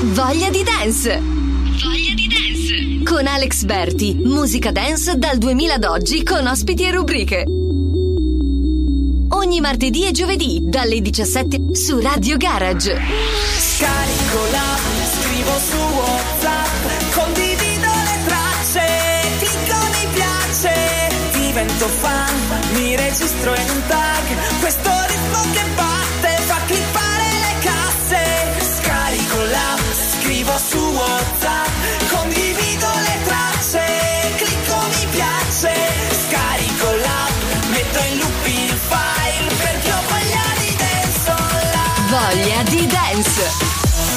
Voglia di dance. Voglia di dance. Con Alex Berti, musica dance dal 2000 ad oggi con ospiti e rubriche. Ogni martedì e giovedì dalle 17 su Radio Garage. Scarico l'app, scrivo su WhatsApp, condivido le tracce, clicco mi piace, divento fan, mi registro in un tag, questo ritmo che batte fa clippare le casse. Scarico l'app, scrivo su WhatsApp, condivido le tracce, clicco mi piace, scarico l'app, metto in loop il file perché ho voglia di dance online. Voglia di dance.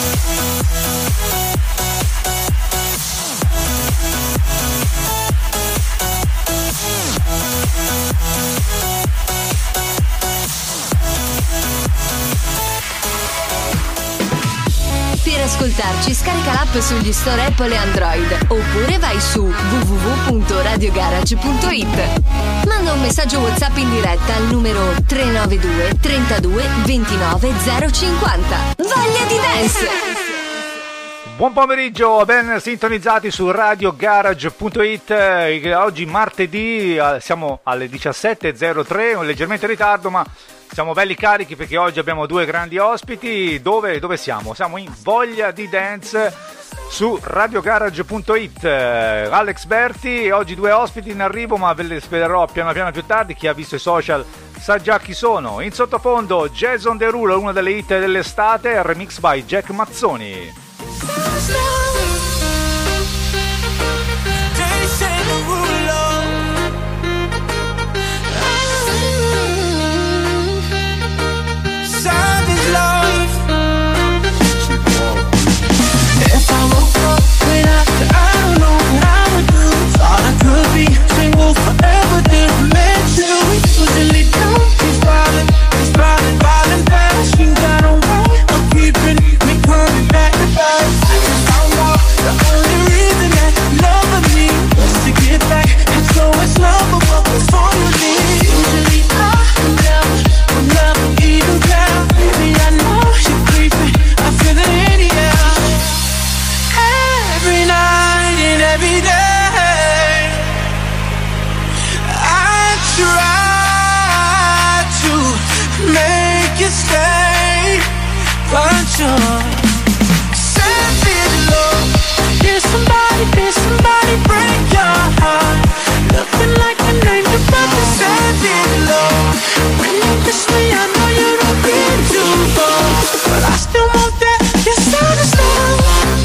Per ascoltarci scarica l'app sugli store Apple e Android oppure vai su www.radiogarage.it. Manda un messaggio WhatsApp in diretta al numero 392 32 29 050. Voglia di dance! Buon pomeriggio, ben sintonizzati su radiogarage.it. Oggi martedì siamo alle 17.03, leggermente in ritardo, ma siamo belli carichi perché oggi abbiamo due grandi ospiti. Dove siamo? Siamo in Voglia di Dance su radiogarage.it. Alex Berti e oggi due ospiti in arrivo, ma ve le svelerò piano piano più tardi. Chi ha visto i social sa già chi sono. In sottofondo Jason Derulo, una delle hit dell'estate, remix by Jack Mazzoni. If I woke up without you, I don't know what I would do. Thought I could be single forever, didn't meant to. We usually don't keep falling fast. You got a way of keeping me coming back to back. I just found out the only reason that you love me was to get back. And so it's love, but before you leave, usually I would never even care. Baby, I know you're creeping, I feel it in the air. Every night and every day I try to make you stay, but you're savage love. Did somebody break your heart? Looking like an angel, but you're savage love. When you kiss me, I know you don't mean to go, but I still want that. You're savage love.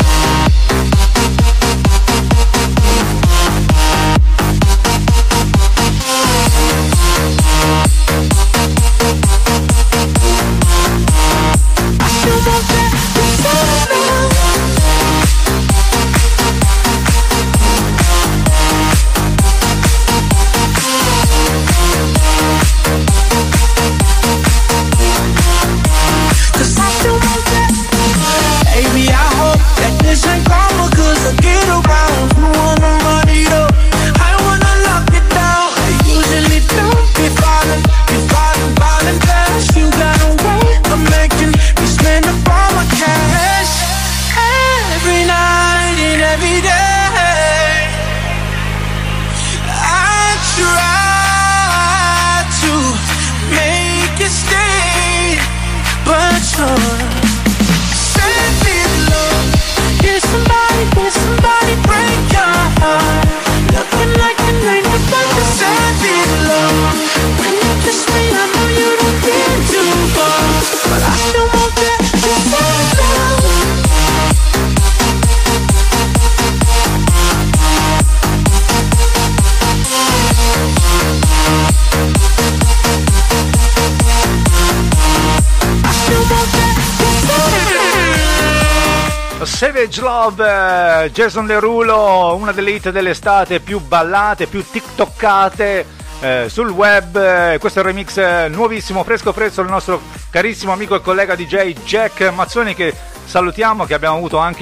Savage Love, Jason Derulo, una delle hit dell'estate più ballate, più tiktokate sul web. Questo è il remix nuovissimo, fresco del nostro carissimo amico e collega DJ Jack Mazzoni, che salutiamo, che abbiamo avuto anche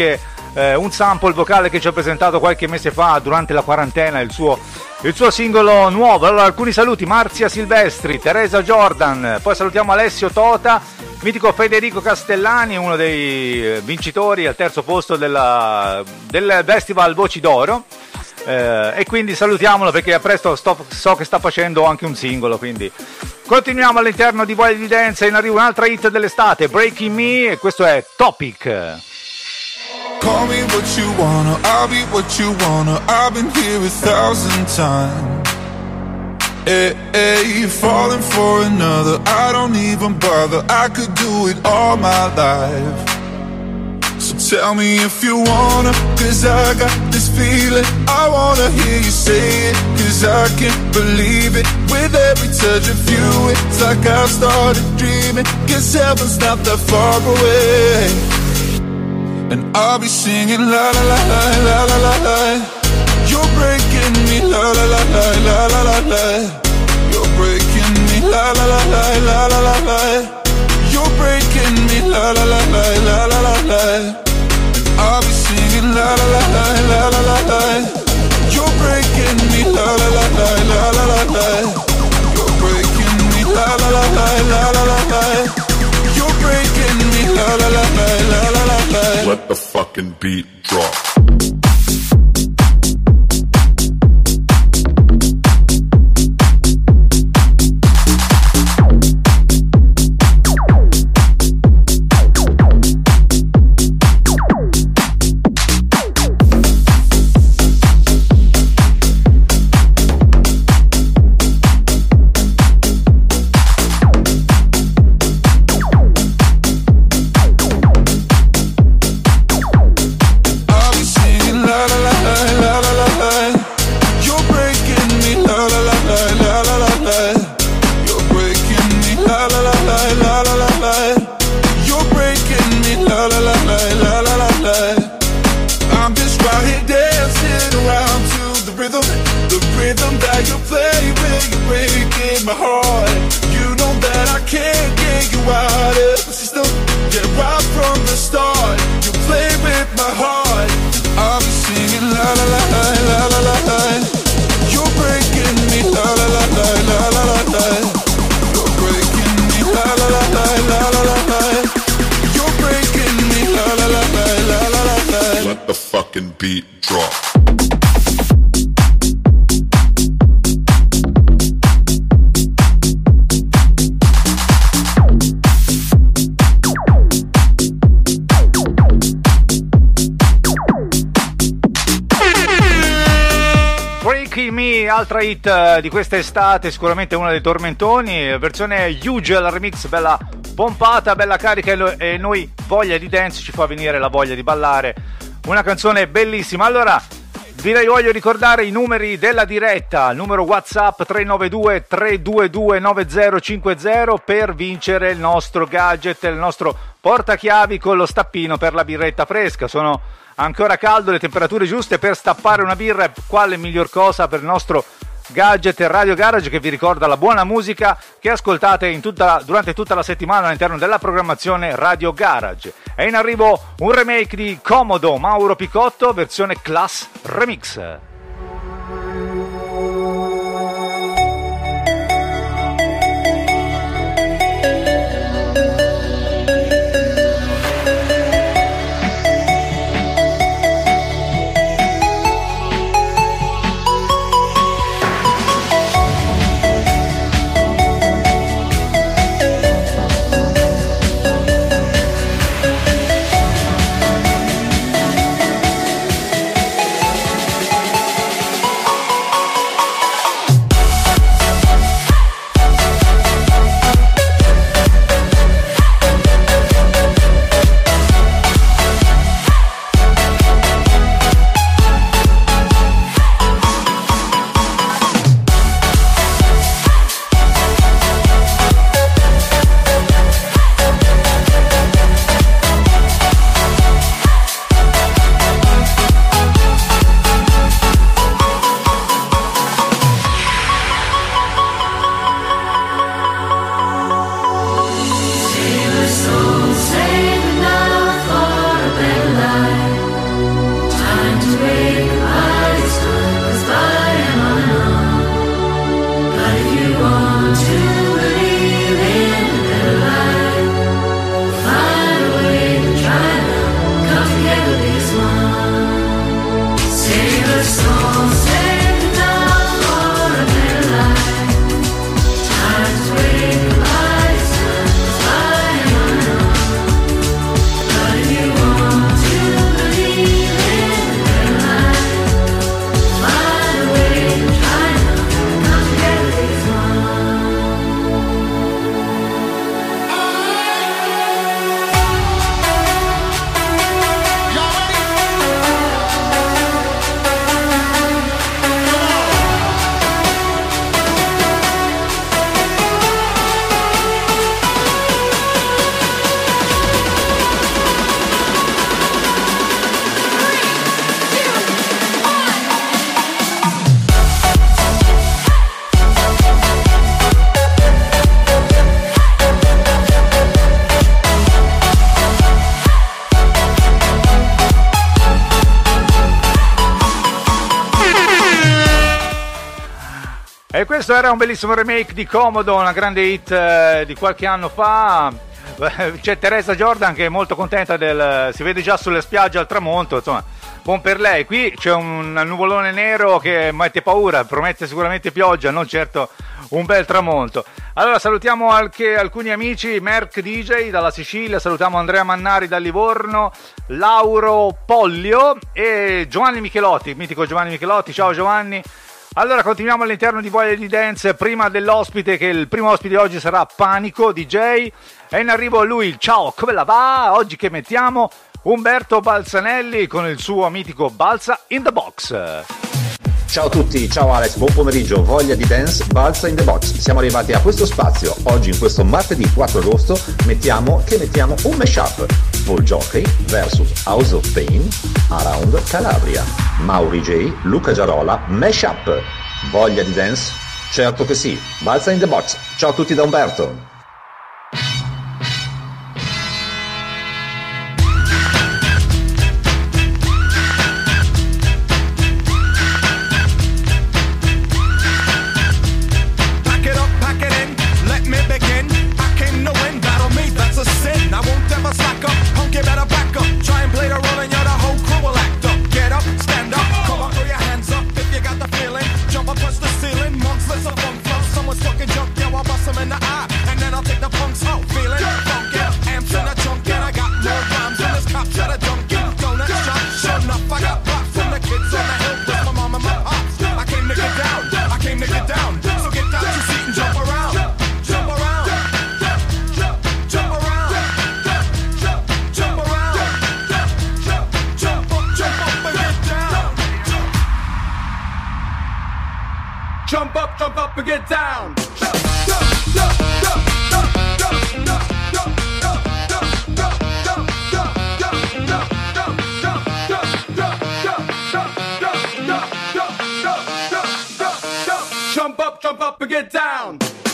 un sample vocale che ci ha presentato qualche mese fa durante la quarantena, il suo singolo nuovo. Allora, alcuni saluti: Marzia Silvestri, Teresa Jordan, poi salutiamo Alessio Tota, mitico Federico Castellani, uno dei vincitori al terzo posto del Festival Voci d'Oro, e quindi salutiamolo perché a presto so che sta facendo anche un singolo. Quindi continuiamo all'interno di Voglia di Dance, in arrivo un'altra hit dell'estate, Breaking Me, e questo è Topic. Call me what you wanna, I'll be what you wanna. I've been here 1,000 times. Hey, falling for another, I don't even bother. I could do it all my life. So tell me if you wanna, cause I got this feeling. I wanna hear you say it, cause I can't believe it. With every touch of you, it's like I've started dreaming. Cause heaven's not that far away. And I'll be singing la la la la la la la la. You're breaking me la la la la la la la la. You're breaking me la la la la la la la la. You're breaking me la la la la la la la la. I'll be singing la la la la la la la la. You're breaking me la la la la la la la la. You're breaking me la la la la la la la la. You're breaking me la la la la la la la la. Let the fucking beat drop. Beat drop. Breaking Me, altra hit di questa estate, sicuramente una dei tormentoni, versione Huge, la remix bella pompata, bella carica, e noi Voglia di Dance ci fa venire la voglia di ballare. Una canzone bellissima. Allora, vi voglio ricordare i numeri della diretta, il numero WhatsApp 392 322 9050 per vincere il nostro gadget, il nostro portachiavi con lo stappino per la birretta fresca. Sono ancora caldo, le temperature giuste per stappare una birra, quale miglior cosa per il nostro gadget Radio Garage, che vi ricorda la buona musica che ascoltate durante tutta la settimana all'interno della programmazione Radio Garage. È in arrivo un remake di Comodo, Mauro Picotto, versione Class Remix. together as one. Save us all, save now for a better life. Times break lights and flying on. But if you want to believe in a better life, find a way to try now. Come together as one. E questo era un bellissimo remake di Comodo, una grande hit di qualche anno fa. C'è Teresa Jordan che è molto contenta si vede già sulle spiagge al tramonto, insomma, buon per lei. Qui c'è un nuvolone nero che mette paura, promette sicuramente pioggia, non certo un bel tramonto. Allora salutiamo anche alcuni amici, Merck DJ dalla Sicilia, salutiamo Andrea Mannari da Livorno, Lauro Pollio e Giovanni Michelotti, il mitico Giovanni Michelotti. Ciao Giovanni. Allora continuiamo all'interno di Voglia di Dance, prima dell'ospite, che il primo ospite oggi sarà Panico DJ, è in arrivo lui. Ciao, come la va? Oggi che mettiamo Umberto Balzanelli con il suo mitico Balsa in the Box. Ciao a tutti, ciao Alex, buon pomeriggio, Voglia di Dance, Balsa in the Box. Siamo arrivati a questo spazio. Oggi in questo martedì 4 agosto mettiamo un mashup. Paul Jockey vs House of Pain, Around Calabria. Mauri J, Luca Giarola, mashup. Voglia di Dance? Certo che sì. Balsa in the Box. Ciao a tutti da Umberto. Jump up and get down. Jump up and get down.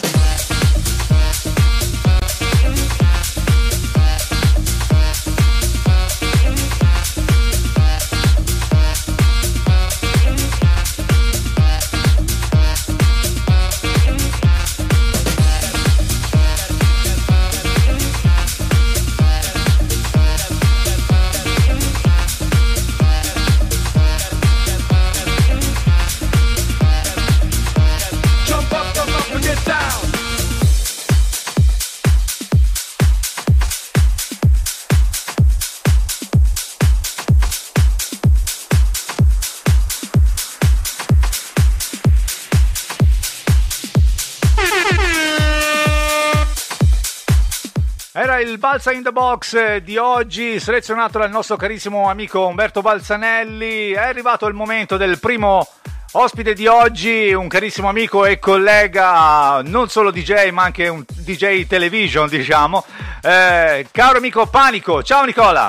Era il Balsa in the Box di oggi, selezionato dal nostro carissimo amico Umberto Balzanelli. È arrivato il momento del primo ospite di oggi, un carissimo amico e collega, non solo DJ ma anche un DJ television, diciamo, caro amico Panico. Ciao Nicola.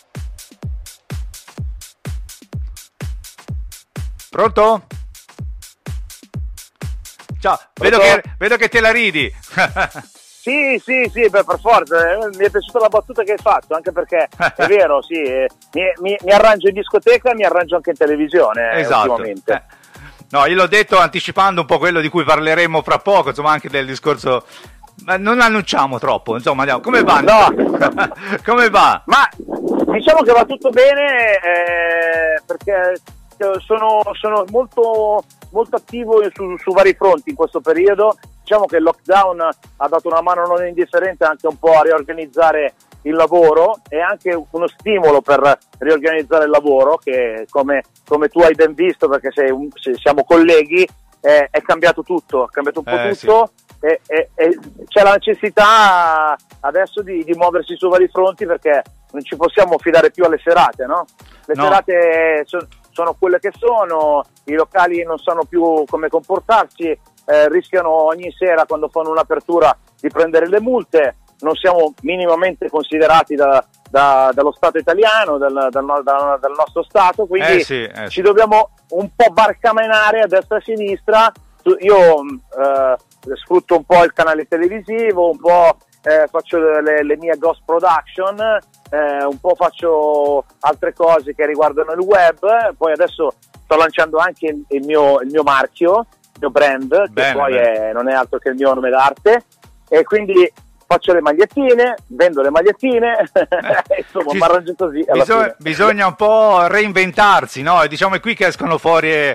Pronto? Ciao, vedo che te la ridi. Sì, per forza, mi è piaciuta la battuta che hai fatto, anche perché è vero, sì, mi arrangio in discoteca e mi arrangio anche in televisione, esatto. Ultimamente. No, io l'ho detto anticipando un po' quello di cui parleremo fra poco, insomma anche del discorso Ma non annunciamo troppo, insomma, andiamo. Come va? No. Come va? Ma diciamo che va tutto bene, perché sono molto attivo su vari fronti in questo periodo. Diciamo che il lockdown ha dato una mano non indifferente anche un po' a riorganizzare il lavoro, e anche uno stimolo per riorganizzare il lavoro, che come tu hai ben visto, perché siamo colleghi, è cambiato tutto, è cambiato un po' tutto. Sì. E c'è la necessità adesso di muoversi su vari fronti, perché non ci possiamo fidare più alle serate, no? Le serate sono quelle che sono, i locali non sanno più come comportarsi, rischiano ogni sera, quando fanno un'apertura, di prendere le multe. Non siamo minimamente considerati dallo Stato italiano, dal nostro Stato, quindi ci dobbiamo un po' barcamenare a destra e a sinistra. Io sfrutto un po' il canale televisivo, un po' faccio le mie ghost production, un po' faccio altre cose che riguardano il web. Poi adesso sto lanciando anche il mio marchio, il mio brand, che poi non è altro che il mio nome d'arte, e quindi faccio le magliettine, vendo le magliettine, insomma mi arrangio così. Bisogna un po' reinventarsi, no? E diciamo è qui che escono fuori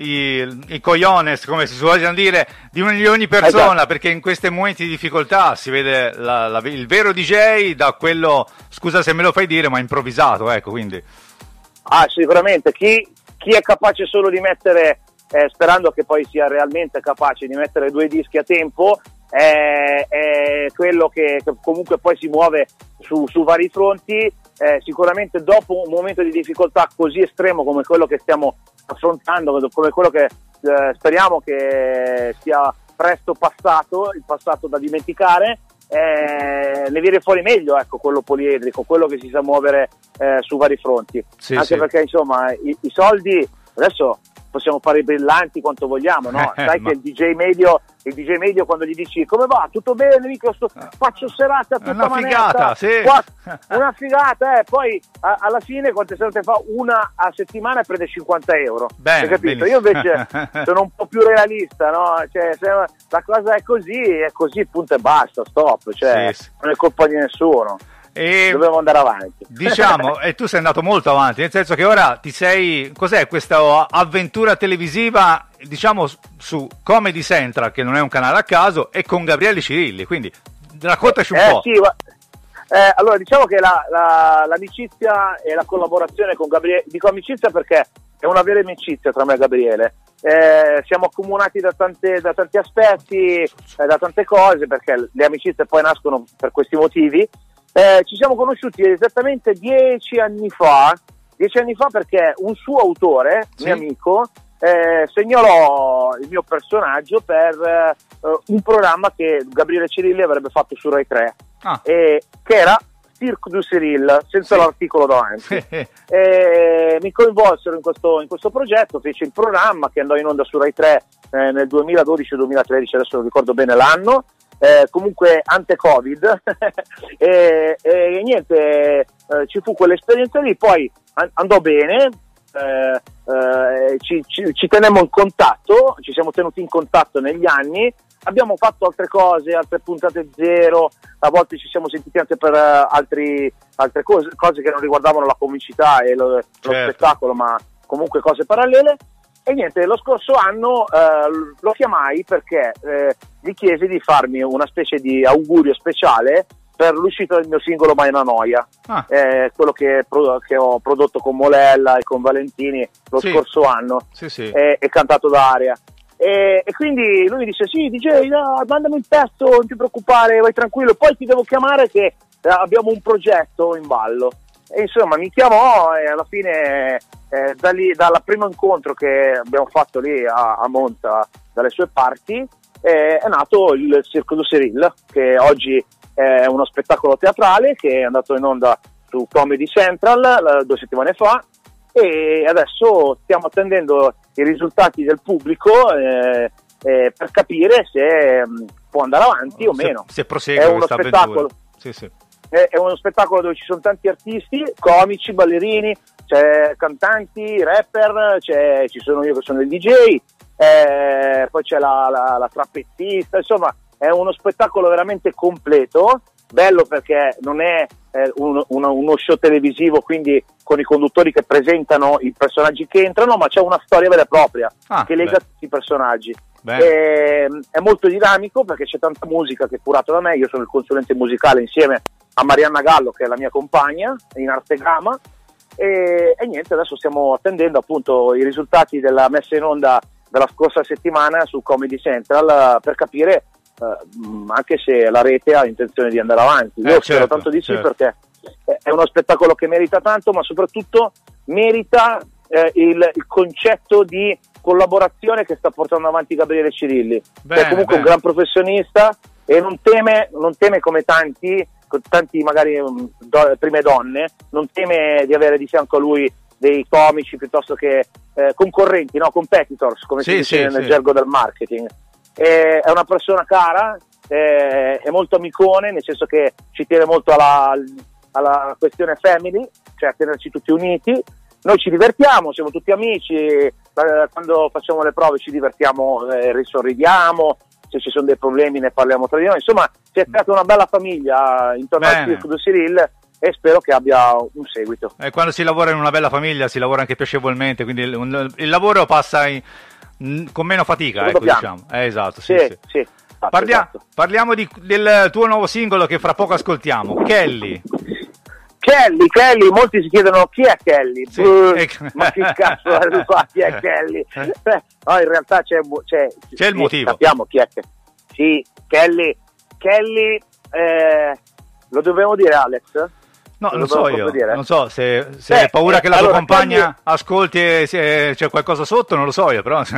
i cojones, come si suol dire, di ogni persona, esatto. Perché in questi momenti di difficoltà si vede il vero DJ da quello, scusa se me lo fai dire, ma improvvisato, ecco, quindi. Sicuramente, chi è capace solo di mettere, sperando che poi sia realmente capace di mettere 2 dischi a tempo, è quello che comunque poi si muove su vari fronti. Sicuramente dopo un momento di difficoltà così estremo come quello che stiamo affrontando, come quello che speriamo che sia presto passato, il passato da dimenticare, ne viene fuori meglio, ecco, quello poliedrico, quello che si sa muovere su vari fronti, anche perché insomma i soldi adesso possiamo fare i brillanti quanto vogliamo, no? Sai che il DJ medio quando gli dici come va, tutto bene, mica faccio serata tutta una manetta, figata, sì. Una figata, poi alla fine quante serate fa? Una a settimana e prende 50 euro. Bene, hai capito? Benissimo. Io invece sono un po' più realista, no? Cioè, se la cosa è così, punto e basta, stop, cioè sì. Non è colpa di nessuno. Dobbiamo andare avanti. Diciamo, e tu sei andato molto avanti, nel senso che ora cos'è questa avventura televisiva, diciamo, su Comedy Central, che non è un canale a caso, e con Gabriele Cirilli, quindi raccontaci un po'. Sì, allora diciamo che l'amicizia e la collaborazione con Gabriele, dico amicizia perché è una vera amicizia tra me e Gabriele. Siamo accomunati da tanti aspetti, da tante cose, perché le amicizie poi nascono per questi motivi. Ci siamo conosciuti esattamente 10 anni fa, perché un suo autore, mio amico, segnalò il mio personaggio per un programma che Gabriele Cirilli avrebbe fatto su Rai 3, che era Cirque du Cyril, senza l'articolo davanti. Mi coinvolsero in questo progetto, fece il programma che andò in onda su Rai 3 nel 2012-2013, adesso non ricordo bene l'anno. Comunque ante-Covid e niente, ci fu quell'esperienza lì, poi andò bene, ci tenemmo in contatto, ci siamo tenuti in contatto negli anni, abbiamo fatto altre cose, altre puntate zero, a volte ci siamo sentiti anche per altre cose che non riguardavano la comicità e lo spettacolo, ma comunque cose parallele. E niente, lo scorso anno lo chiamai perché gli chiesi di farmi una specie di augurio speciale per l'uscita del mio singolo Mai una noia, quello che ho prodotto con Molella e con Valentini lo scorso anno, e cantato da Aria. E quindi lui mi disse: sì, DJ, no, mandami il testo, non ti preoccupare, vai tranquillo, poi ti devo chiamare che abbiamo un progetto in ballo. E insomma mi chiamò, e alla fine dal primo incontro che abbiamo fatto lì a Monza, dalle sue parti, è nato il Cirque du Cyril, che oggi è uno spettacolo teatrale che è andato in onda su Comedy Central 2 settimane fa, e adesso stiamo attendendo i risultati del pubblico per capire se può andare avanti o meno. Se prosegue questa avventura. Sì. È uno spettacolo dove ci sono tanti artisti, comici, ballerini, c'è cantanti, rapper, ci sono io che sono il DJ, poi c'è la trappezzista, insomma è uno spettacolo veramente completo, bello perché non è uno show televisivo, quindi con i conduttori che presentano i personaggi che entrano, ma c'è una storia vera e propria che lega tutti i personaggi. È molto dinamico perché c'è tanta musica che è curata da me, io sono il consulente musicale insieme a Marianna Gallo, che è la mia compagna in arte gamma, e niente, adesso stiamo attendendo appunto i risultati della messa in onda della scorsa settimana su Comedy Central per capire anche se la rete ha intenzione di andare avanti. Io spero tanto di sì, perché è uno spettacolo che merita tanto, ma soprattutto merita il concetto di collaborazione che sta portando avanti Gabriele Cirilli, che è comunque un gran professionista e non teme come tanti magari prime donne, non teme di avere di fianco a lui dei comici piuttosto che concorrenti, no? Competitors, come si dice nel gergo del marketing. È una persona cara, è molto amicone, nel senso che ci tiene molto alla questione family, cioè a tenerci tutti uniti. Noi ci divertiamo, siamo tutti amici, quando facciamo le prove ci divertiamo, risorridiamo, se ci sono dei problemi ne parliamo tra di noi. Insomma, si è creata una bella famiglia intorno al Circo du Cyril e spero che abbia un seguito. E quando si lavora in una bella famiglia si lavora anche piacevolmente, quindi il lavoro passa con meno fatica, ecco, diciamo. Esatto, sì. Esatto. Parliamo del tuo nuovo singolo che fra poco ascoltiamo, Kelly, molti si chiedono chi è Kelly, ma che cazzo fa, chi è Kelly? No, in realtà c'è il motivo. Sappiamo chi è. Sì, Kelly, lo dobbiamo dire, Alex? No, non so io, non so se hai paura che la tua compagna ascolti e c'è qualcosa sotto, non lo so io, però...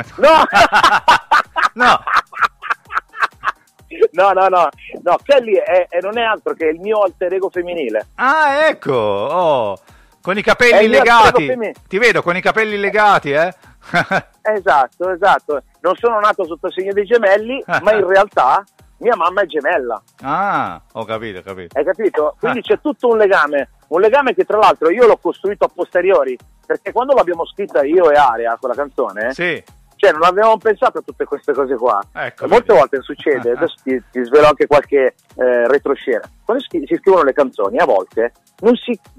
No, Kelly non è altro che il mio alter ego femminile. Ah, ecco, con i capelli legati, ti vedo con i capelli legati, Esatto, non sono nato sotto il segno dei gemelli, ma in realtà mia mamma è gemella. Ah, ho capito. Hai capito? Quindi c'è tutto un legame che tra l'altro io l'ho costruito a posteriori, perché quando l'abbiamo scritta io e Aria, quella canzone, cioè non avevamo pensato a tutte queste cose qua. Ecco, molte volte succede, adesso ti svelo anche qualche retroscena. Quando si scrivono le canzoni, a volte non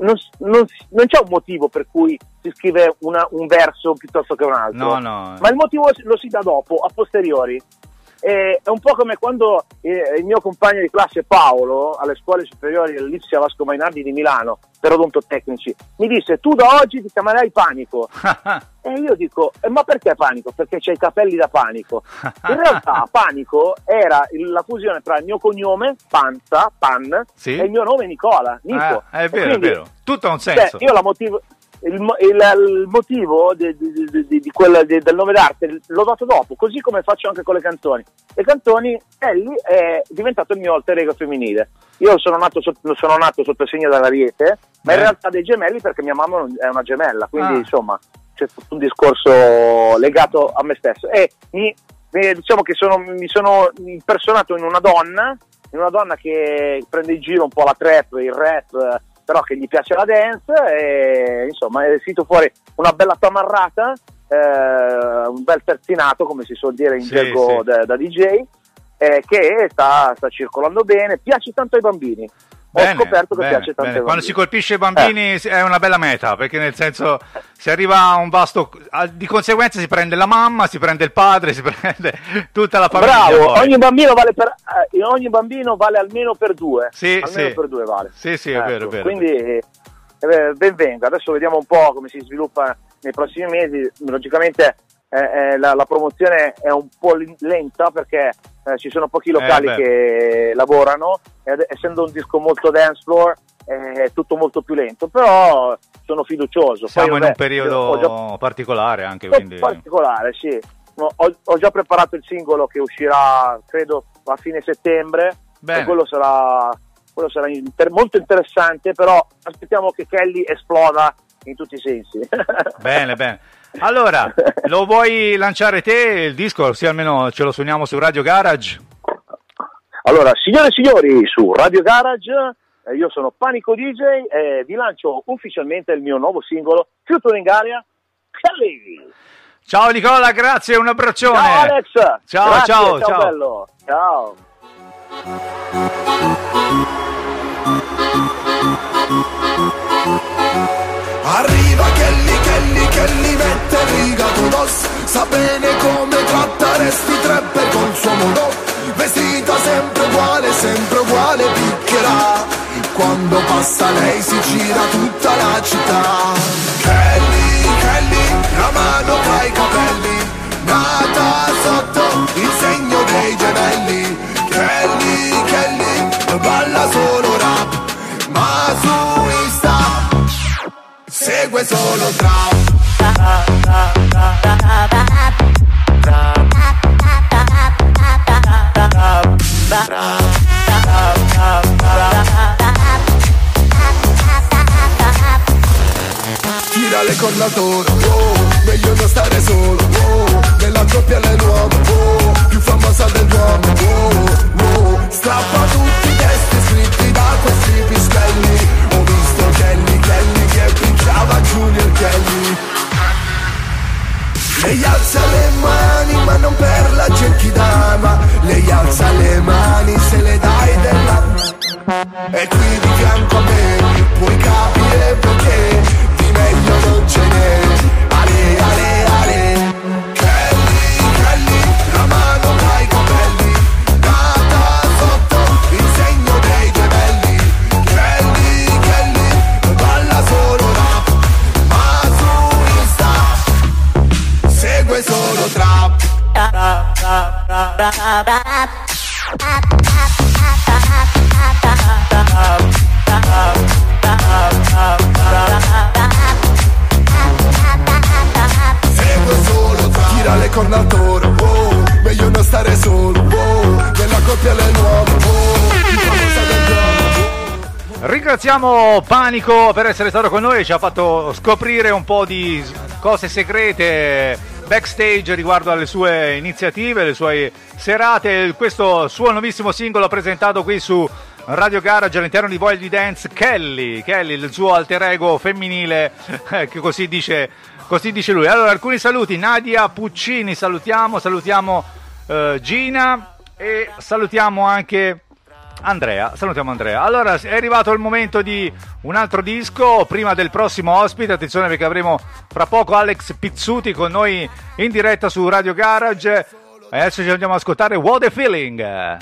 c'è un motivo per cui si scrive un verso piuttosto che un altro. No. Ma il motivo lo si dà dopo, a posteriori. È un po' come quando il mio compagno di classe Paolo, alle scuole superiori dell'Ipsia Vasco Mainardi di Milano, per odontotecnici, mi disse: tu da oggi ti chiamerai Panico. E io dico: ma perché Panico? Perché c'hai i capelli da panico. In realtà Panico era la fusione tra il mio cognome, Panza, Pan, e il mio nome Nicola, Nico. È vero, quindi, è vero. Tutto ha un senso. Io il motivo del nome d'arte l'ho dato dopo, così come faccio anche con le canzoni. Le canzoni, Ellie è diventato il mio alter ego femminile. Io sono nato sotto il segno dell'Ariete, ma in realtà dei gemelli, perché mia mamma è una gemella, quindi insomma c'è tutto un discorso legato a me stesso. E diciamo che mi sono impersonato in una donna che prende in giro un po' la trap, il rap, però che gli piace la dance, e insomma è uscito fuori una bella tamarrata, un bel terzinato, come si suol dire in gergo da DJ, che sta circolando bene, piace tanto ai bambini. Ho scoperto che piace tanto ai bambini. Quando si colpisce i bambini è una bella meta, perché nel senso si arriva a un vasto, di conseguenza si prende la mamma, si prende il padre, si prende tutta la famiglia. Bravo, ogni bambino vale almeno per due. Per due vale. Sì, è vero. Quindi ben venga. Adesso vediamo un po' come si sviluppa nei prossimi mesi. Logicamente la promozione è un po' lenta, perché ci sono pochi locali che lavorano, essendo un disco molto dance floor è tutto molto più lento, però sono fiducioso. Siamo in un periodo particolare anche, quindi particolare, sì. Ho già preparato il singolo che uscirà credo a fine settembre. E quello sarà molto interessante, però aspettiamo che Kelly esploda in tutti i sensi. Bene. Allora, lo vuoi lanciare te il disco, così almeno ce lo suoniamo su Radio Garage? Allora, signore e signori, su Radio Garage, io sono Panico DJ e vi lancio ufficialmente il mio nuovo singolo, Featuring Aria, Kelly. Ciao Nicola, grazie, un abbraccione. Ciao Alex. Ciao, grazie, ciao bello. Ciao. Arriva Kelly mette riga todos. Sa bene come trattare sti trapper con suo modo. Vestita sempre uguale, picchierà. Quando passa lei si gira tutta la città. Kelly, la mano tra i capelli. Nata sotto il segno dei gemelli. Kelly, balla solo rap. Ma su Insta segue solo trap. Tira le corna al toro, oh, meglio non stare solo, oh, nella coppia l'uomo, oh, più famosa dell'uomo, oh, strappa tutti i testi scritti da questi pistelli. Ho visto Kelly che picciava Junior Kelly. Lei alza le mani ma non per la genkidama. Lei alza le mani se le dai della. E qui di fianco a me puoi capire perché di meglio non ce n'è. Ale Kelly, la mano tra i capelli. Nata sotto il segno dei gemelli. Kelly, balla solo rap. Ma su Insta segue solo trap. Segue solo trap. Tira le corna al toro, oh, meglio non stare solo, oh, nella coppia l'uomo, oh, più famosa dell'uomo. Ringraziamo Panico per essere stato con noi, ci ha fatto scoprire un po' di cose segrete backstage riguardo alle sue iniziative, le sue serate. Questo suo nuovissimo singolo presentato qui su Radio Garage all'interno di Voglia di Dance. Kelly, il suo alter ego femminile, che così dice lui. Allora, alcuni saluti. Nadia Puccini salutiamo Gina e salutiamo anche Andrea. Allora, è arrivato il momento di un altro disco prima del prossimo ospite. Attenzione, perché avremo fra poco Alex Pizzuti con noi in diretta su Radio Garage. E adesso ci andiamo ad ascoltare What a Feeling.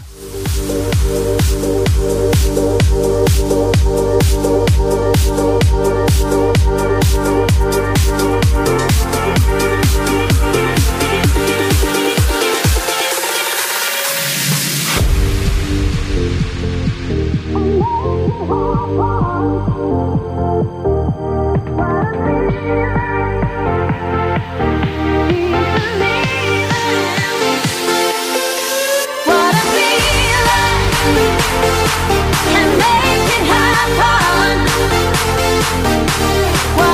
And make it happen.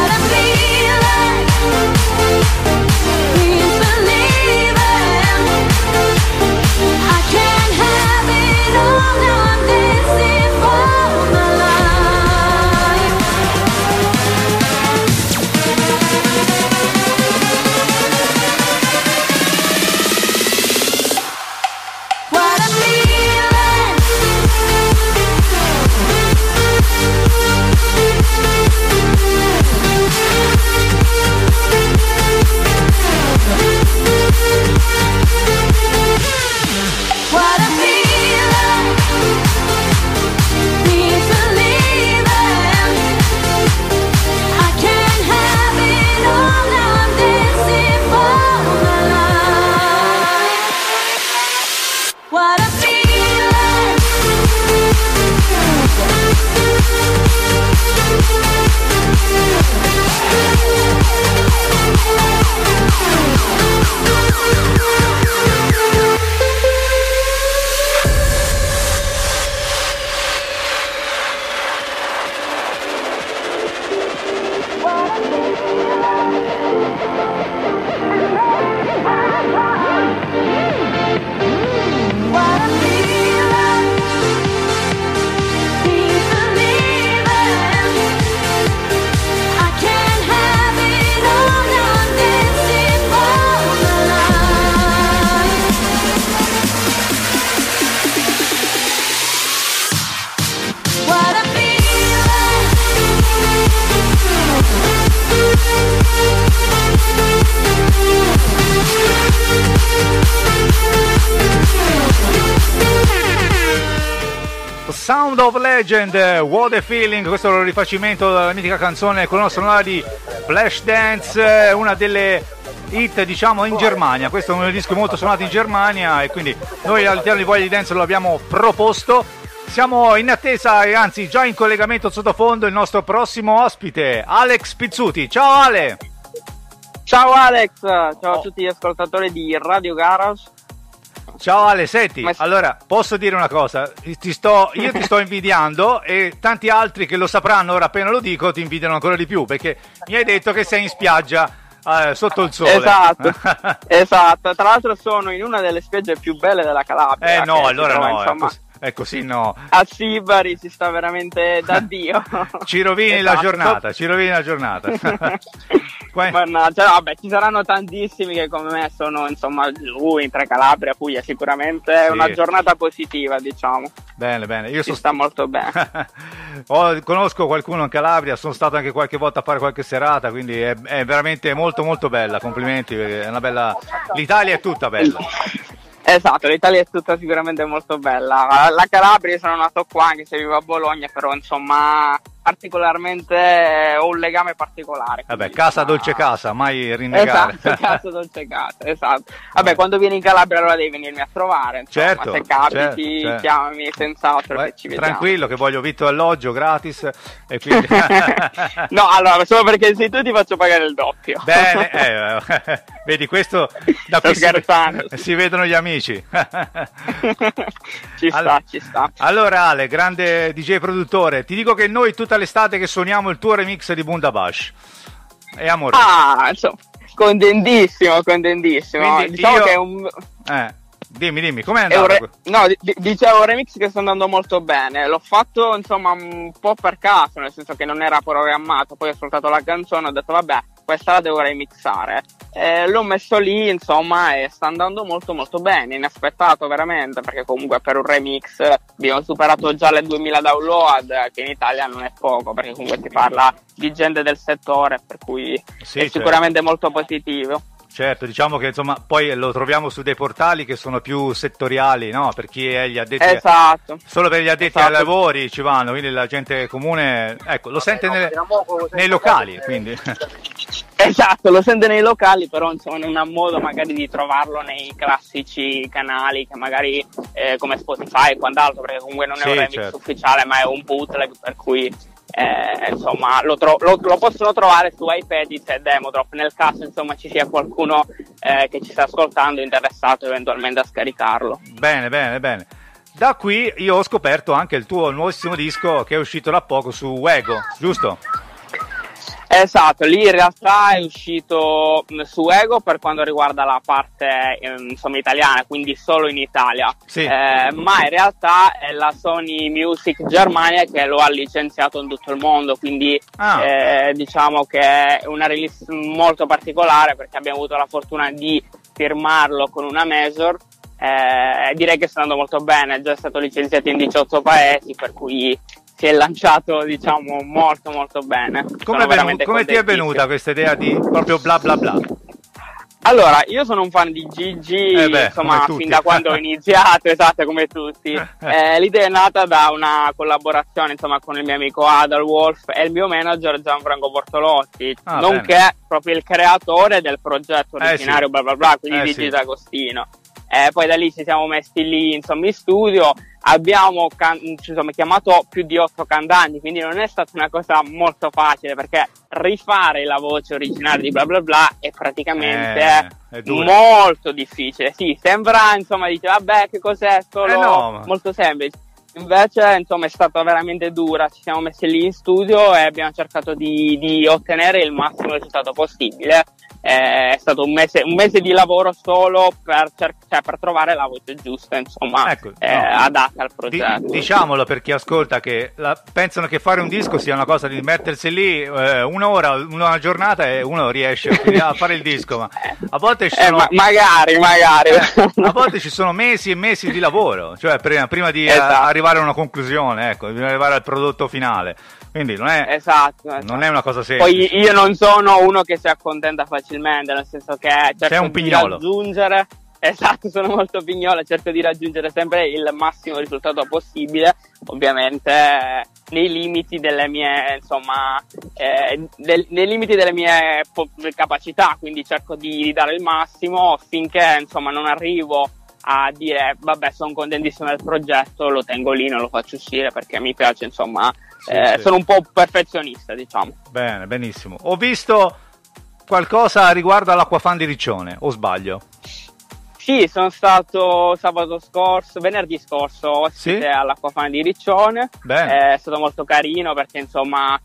of Legend, What a Feeling, questo è il rifacimento della mitica canzone colonna sonora di Flashdance, una delle hit diciamo in Germania. Questo è uno dei dischi molto suonati in Germania e quindi noi all'interno di Voglia di Dance lo abbiamo proposto. Siamo in attesa e anzi già in collegamento sottofondo il nostro prossimo ospite, Alex Pizzuti. Ciao Ale! Ciao Alex, ciao a tutti gli ascoltatori di Radio Garage. Ciao Ale, senti, allora posso dire una cosa, io ti sto invidiando e tanti altri che lo sapranno ora appena lo dico ti invidiano ancora di più perché mi hai detto che sei in spiaggia sotto il sole. Esatto, esatto, tra l'altro sono in una delle spiagge più belle della Calabria. No, allora trova, no, insomma, è così no. A Sibari si sta veramente da Dio. Ci rovini la giornata, ci rovini la giornata. Mannaggia, vabbè, ci saranno tantissimi che come me sono insomma giù in tra Calabria, Puglia, sicuramente è una giornata positiva, diciamo. Bene, io sta molto bene. Conosco qualcuno in Calabria, sono stato anche qualche volta a fare qualche serata, quindi è veramente molto molto bella, complimenti, perché è una bella, l'Italia è tutta bella. Esatto, l'Italia è tutta sicuramente molto bella. La Calabria, io sono nato qua anche se vivo a Bologna, però insomma particolarmente ho un legame particolare. Vabbè, casa dolce casa, mai rinnegare. Esatto, casa dolce casa, esatto. Vabbè, quando vieni in Calabria allora devi venirmi a trovare, insomma, certo, se capiti certo. chiamami senz'altro che ci vediamo. Tranquillo che voglio vitto e alloggio gratis e quindi... No, allora, solo perché sei tu ti faccio pagare il doppio. Bene, vedi questo da qui si vedono gli amici. Ci sta. Allora Ale, grande DJ produttore, ti dico che noi tutta l'estate che suoniamo il tuo remix di Bundabash e amore. Insomma, contentissimo. Quindi diciamo che è un... Dimmi, com'è andato? Dicevo un remix che sta andando molto bene. L'ho fatto insomma un po' per caso, nel senso che non era programmato. Poi ho ascoltato la canzone e ho detto vabbè, questa la devo remixare. L'ho messo lì insomma e sta andando molto molto bene, inaspettato veramente, perché comunque per un remix abbiamo superato già le 2000 download, che in Italia non è poco, perché comunque si parla di gente del settore, per cui è sicuramente molto positivo. Certo, diciamo che insomma poi lo troviamo su dei portali che sono più settoriali, no? Per chi è gli addetti, esatto. Solo per gli addetti ai lavori ci vanno, quindi la gente comune, ecco, lo sente nei locali, quindi. Esatto, lo sente nei locali, però insomma non ha modo magari di trovarlo nei classici canali che magari come Spotify e quant'altro, perché comunque non è un remix ufficiale, ma è un bootleg, per cui insomma lo possono trovare su iPadit e Demodrop nel caso insomma ci sia qualcuno che ci sta ascoltando interessato eventualmente a scaricarlo. Bene. Da qui io ho scoperto anche il tuo nuovissimo disco che è uscito da poco su Wego, giusto? Esatto, lì in realtà è uscito su Ego per quanto riguarda la parte insomma italiana, quindi solo in Italia, ma in realtà è la Sony Music Germania che lo ha licenziato in tutto il mondo, quindi diciamo che è una release molto particolare perché abbiamo avuto la fortuna di firmarlo con una major. Direi che sta andando molto bene, è già stato licenziato in 18 paesi, per cui si è lanciato diciamo molto molto bene. Come ti è venuta questa idea di proprio bla bla bla? Allora, io sono un fan di Gigi, insomma, fin da quando ho iniziato, esatto, come tutti. L'idea è nata da una collaborazione, insomma, con il mio amico Adal Wolf e il mio manager Gianfranco Bortolotti, nonché proprio il creatore del progetto originario bla bla bla, quindi Gigi D'Agostino. Poi da lì ci siamo messi lì insomma in studio, abbiamo chiamato più di 8 cantanti, quindi non è stata una cosa molto facile perché rifare la voce originale di bla bla bla è praticamente molto difficile. Sì, sembra insomma dice vabbè che cos'è, solo molto semplice. Invece insomma è stata veramente dura, ci siamo messi lì in studio e abbiamo cercato di ottenere il massimo risultato possibile. È stato un mese di lavoro solo per trovare la voce giusta, insomma, adatta al progetto. Diciamolo per chi ascolta che pensano che fare un disco sia una cosa di mettersi lì un'ora, una giornata e uno riesce a fare il disco, ma a volte ci sono magari a volte ci sono mesi e mesi di lavoro, cioè prima di arrivare a una conclusione, ecco, di arrivare al prodotto finale. Quindi non è, non è una cosa semplice. Poi io non sono uno che si accontenta facilmente, nel senso che cerco di aggiungere Esatto, sono molto pignola, cerco di raggiungere sempre il massimo risultato possibile, ovviamente nei limiti delle mie, insomma, nei limiti delle mie capacità, quindi cerco di dare il massimo finché, insomma, non arrivo a dire vabbè, sono contentissimo del progetto, lo tengo lì, non lo faccio uscire perché mi piace, insomma, sì. Sono un po' perfezionista, diciamo. Bene, benissimo. Ho visto qualcosa riguardo all'Acquafan di Riccione, o sbaglio? Sì, sono stato venerdì scorso ospite all'Acquafan di Riccione. È stato molto carino perché, insomma,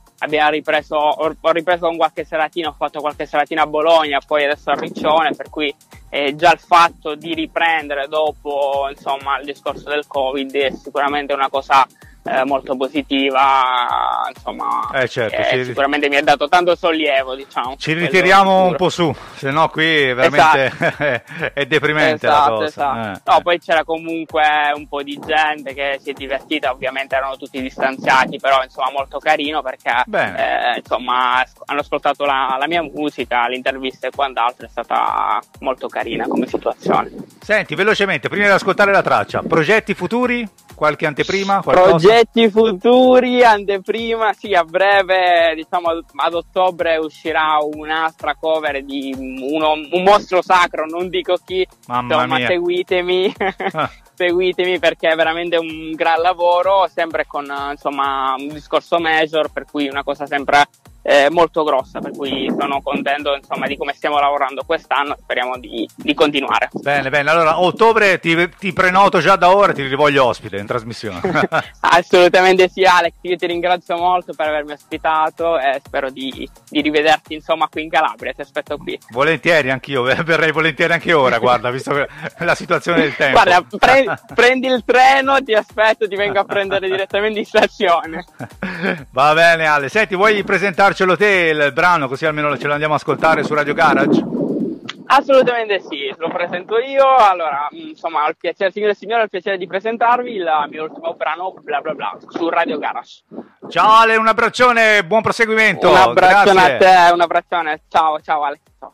ho ripreso con qualche seratina, ho fatto qualche seratina a Bologna, poi adesso a Riccione, per cui già il fatto di riprendere dopo, insomma, il discorso del Covid è sicuramente una cosa molto positiva, insomma, certo, sicuramente mi ha dato tanto sollievo, diciamo. Ci ritiriamo un po' su, se no qui veramente è deprimente la cosa. Esatto. No, poi c'era comunque un po' di gente che si è divertita, ovviamente erano tutti distanziati, però insomma molto carino perché insomma hanno ascoltato la mia musica, l'intervista e quant'altro, è stata molto carina come situazione. Senti, velocemente, prima di ascoltare la traccia, progetti futuri? Qualche anteprima? Qualcosa? Progetti futuri, anteprima, sì, a breve, diciamo ad ottobre uscirà un'altra cover di un mostro sacro, non dico chi, mamma mia. Seguitemi, seguitemi perché è veramente un gran lavoro, sempre con, insomma, un discorso major, per cui una cosa sempre molto grossa, per cui sono contento, insomma, di come stiamo lavorando quest'anno, speriamo di continuare. Bene, allora a ottobre ti prenoto già da ora, ti rivoglio ospite in trasmissione. Assolutamente sì, Alex, io ti ringrazio molto per avermi ospitato e spero di rivederti, insomma, qui in Calabria, ti aspetto qui. Volentieri, anch'io, verrei volentieri anche ora, guarda, visto la situazione del tempo. Guarda, prendi il treno, ti aspetto, ti vengo a prendere direttamente in stazione. Va bene, Ale, senti, vuoi presentarcelo te il brano, così almeno ce lo andiamo a ascoltare su Radio Garage? Assolutamente sì, lo presento io. Allora, insomma, signore e signori, ho il piacere di presentarvi il mio ultimo brano, Bla Bla Bla, su Radio Garage. Ciao Ale, un abbraccione, buon proseguimento. Un abbraccione a te, un abbraccione. Ciao Ale. Ciao.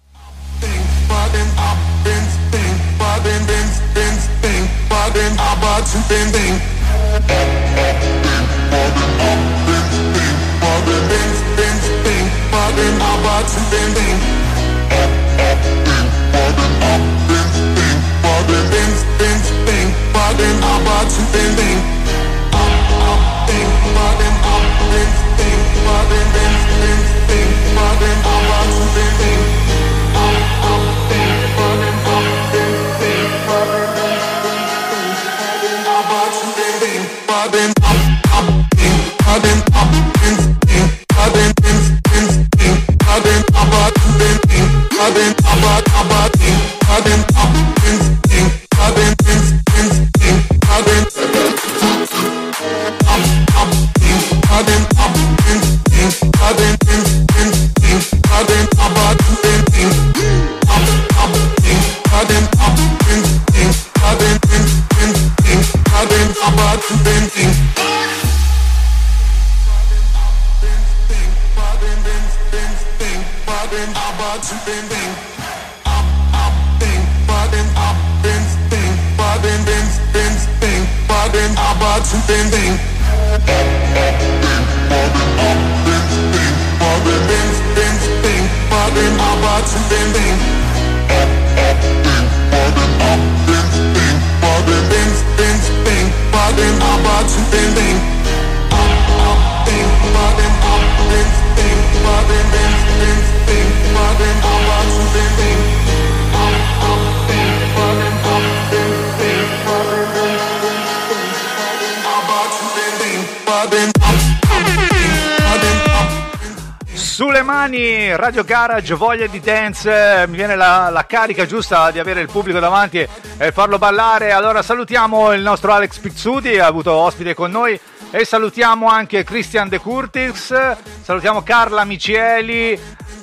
Sulle mani, Radio Garage, voglia di dance, mi viene la carica giusta di avere il pubblico davanti e farlo ballare. Allora salutiamo il nostro Alex Pizzuti, ha avuto ospite con noi, e salutiamo anche Christian De Curtis, salutiamo Carla Micieli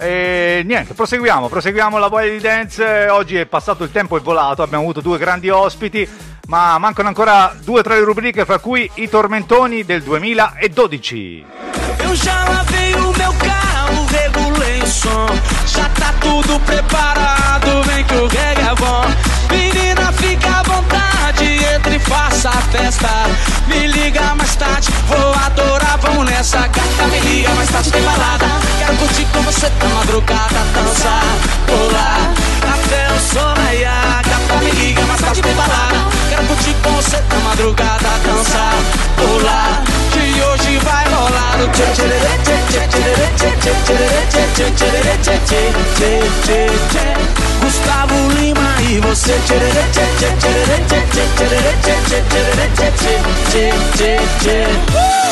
e niente, proseguiamo la voglia di dance. Oggi è passato il tempo, è volato, abbiamo avuto due grandi ospiti, ma mancano ancora 2 o 3 rubriche, fra cui i tormentoni del 2012. Eu já lavei o meu carro, regulei o som, já tá tudo preparado, vem que o reggae é bom. mais tarde. Me liga mais tarde, vou adorar, vamos nessa gata. Me liga mais tarde, tem balada. Quero curtir com você na madrugada, dançar, pular até o sol raiar. Gata, me liga mais tarde, tem balada. Quero curtir com você na madrugada, dançar, pular. Que hoje vai rolar o tchê tchê tchê tchê tchê tchê tchê tchê tchê tchê tchê tchê. Gustavo Lima e você tchê tchê tchê tchê tchê tchê tchê tchê tchê tchê tchê.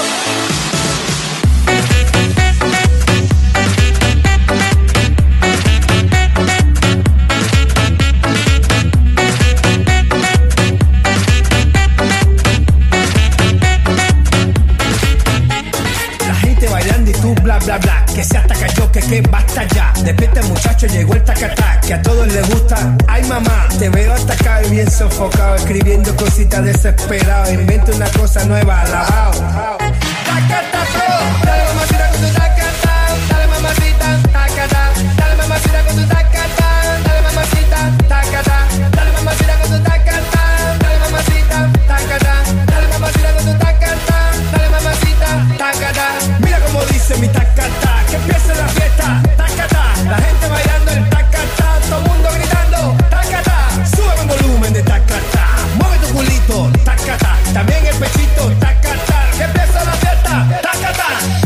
Bla bla bla, que se ataca yo, que basta ya. Despierta muchacho, llegó el tacatá, que a todos les gusta. Ay mamá, te veo atacado y bien sofocado, escribiendo cositas desesperado. Invento una cosa nueva, lavao. Tacatá, dale mamacita con tu tacatá, dale mamacita, tacatá, dale mamacita con tu tacatá, dale mamacita, tacatá, dale mamacita con tu tacatá, dale mamacita, tacatá, dale mamacita con tu tacatá, dale mamacita, tacatá. Mira como dice mi tacatá, que empiece la fiesta, tacatá, la gente bailando el tacatá, todo el mundo gritando, tacatá, sube el volumen de tacatá, mueve tu culito, tacatá, también el pechito, tacatá, que empiece la fiesta, tacatá.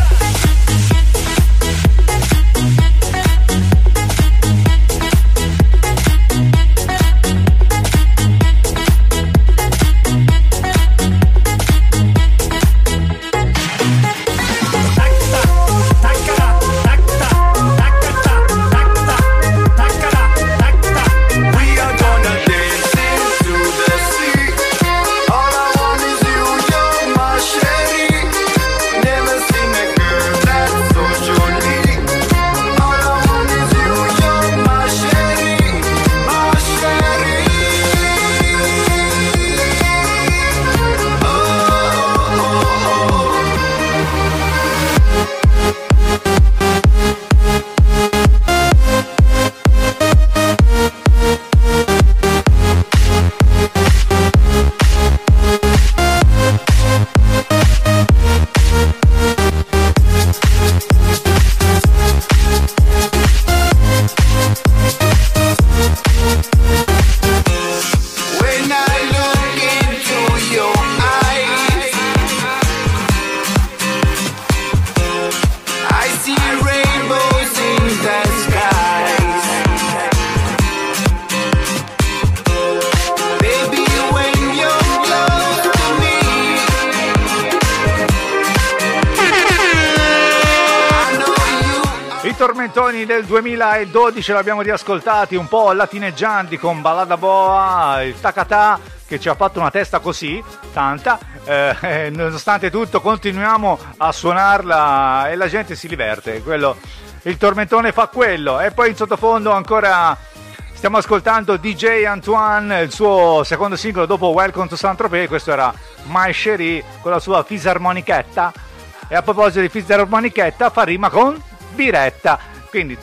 Del 2012 l'abbiamo riascoltati un po' latineggianti con Ballada Boa, il Tacatà che ci ha fatto una testa così, tanta, nonostante tutto continuiamo a suonarla e la gente si diverte, quello, il tormentone fa quello. E poi in sottofondo ancora stiamo ascoltando DJ Antoine, il suo secondo singolo dopo Welcome to Saint-Tropez, questo era My Cherie con la sua fisarmonichetta, e a proposito di fisarmonichetta fa rima con biretta. Quindi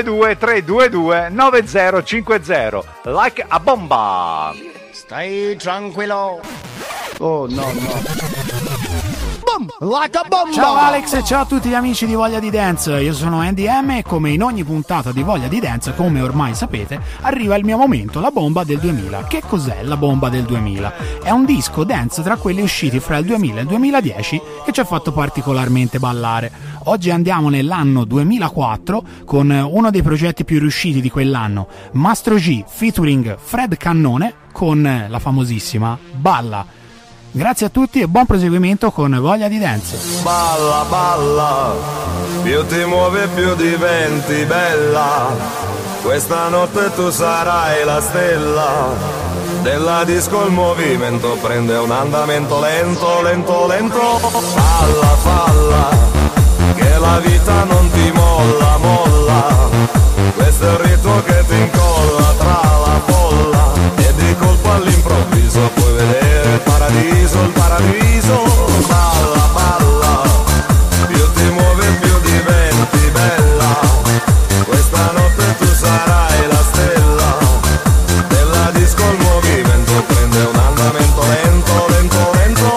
392-322-9050. Like a bomba. Stai tranquillo. Oh no. Boom, like a bomba. Ciao Alex e ciao a tutti gli amici di Voglia di Dance. Io sono Andy M e come in ogni puntata di Voglia di Dance, come ormai sapete, arriva il mio momento, la bomba del 2000. Che cos'è la bomba del 2000? È un disco dance tra quelli usciti fra il 2000 e il 2010 che ci ha fatto particolarmente ballare. Oggi andiamo nell'anno 2004 con uno dei progetti più riusciti di quell'anno, Mastro G featuring Fred Cannone con la famosissima Balla. Grazie a tutti e buon proseguimento con Voglia di Dance. Balla, balla, più ti muovi più diventi bella. Questa notte tu sarai la stella della disco, il movimento prende un andamento lento, lento, lento. Falla, falla, che la vita non ti molla, molla. Questo è il ritmo che ti incolla tra la folla e di colpo all'improvviso puoi vedere il paradiso, il paradiso. Balla, balla, più ti muovi più diventi bella. Questa notte tu sarai la stella della disco, il movimento prende un andamento lento, lento, lento.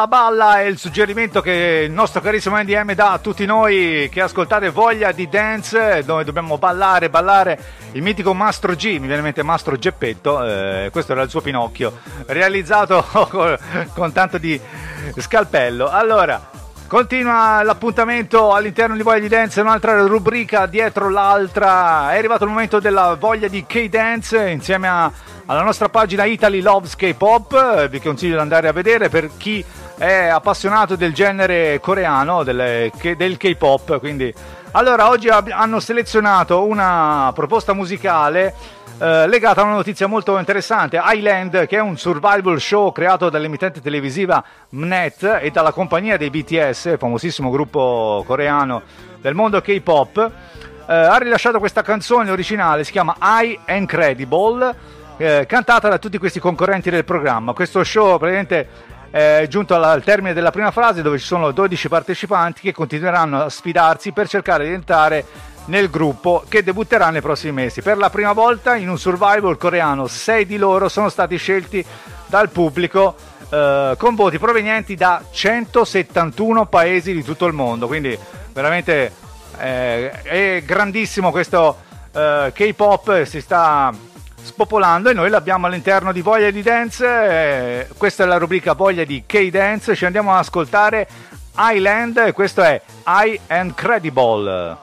balla è il suggerimento che il nostro carissimo NDM dà a tutti noi che ascoltate Voglia di Dance, dove dobbiamo ballare il mitico Mastro G, mi viene in mente Mastro Geppetto, questo era il suo Pinocchio, realizzato con tanto di scalpello. Allora, continua l'appuntamento all'interno di Voglia di Dance, un'altra rubrica dietro l'altra. È arrivato il momento della Voglia di K-Dance insieme alla nostra pagina Italy Loves K-Pop. Vi consiglio di andare a vedere per chi è appassionato del genere coreano, del K-Pop. Quindi, allora, oggi hanno selezionato una proposta musicale legata a una notizia molto interessante. Island, che è un survival show creato dall'emittente televisiva Mnet e dalla compagnia dei BTS, famosissimo gruppo coreano del mondo K-pop, ha rilasciato questa canzone originale, si chiama I Incredible, cantata da tutti questi concorrenti del programma. Questo show praticamente è giunto al termine della prima fase, dove ci sono 12 partecipanti che continueranno a sfidarsi per cercare di entrare nel gruppo che debutterà nei prossimi mesi. Per la prima volta in un survival coreano 6 di loro sono stati scelti dal pubblico con voti provenienti da 171 paesi di tutto il mondo, quindi veramente è grandissimo questo K-pop, si sta spopolando e noi l'abbiamo all'interno di Voglia di Dance. Questa è la rubrica Voglia di K-Dance, ci andiamo ad ascoltare Island e questo è I Incredible.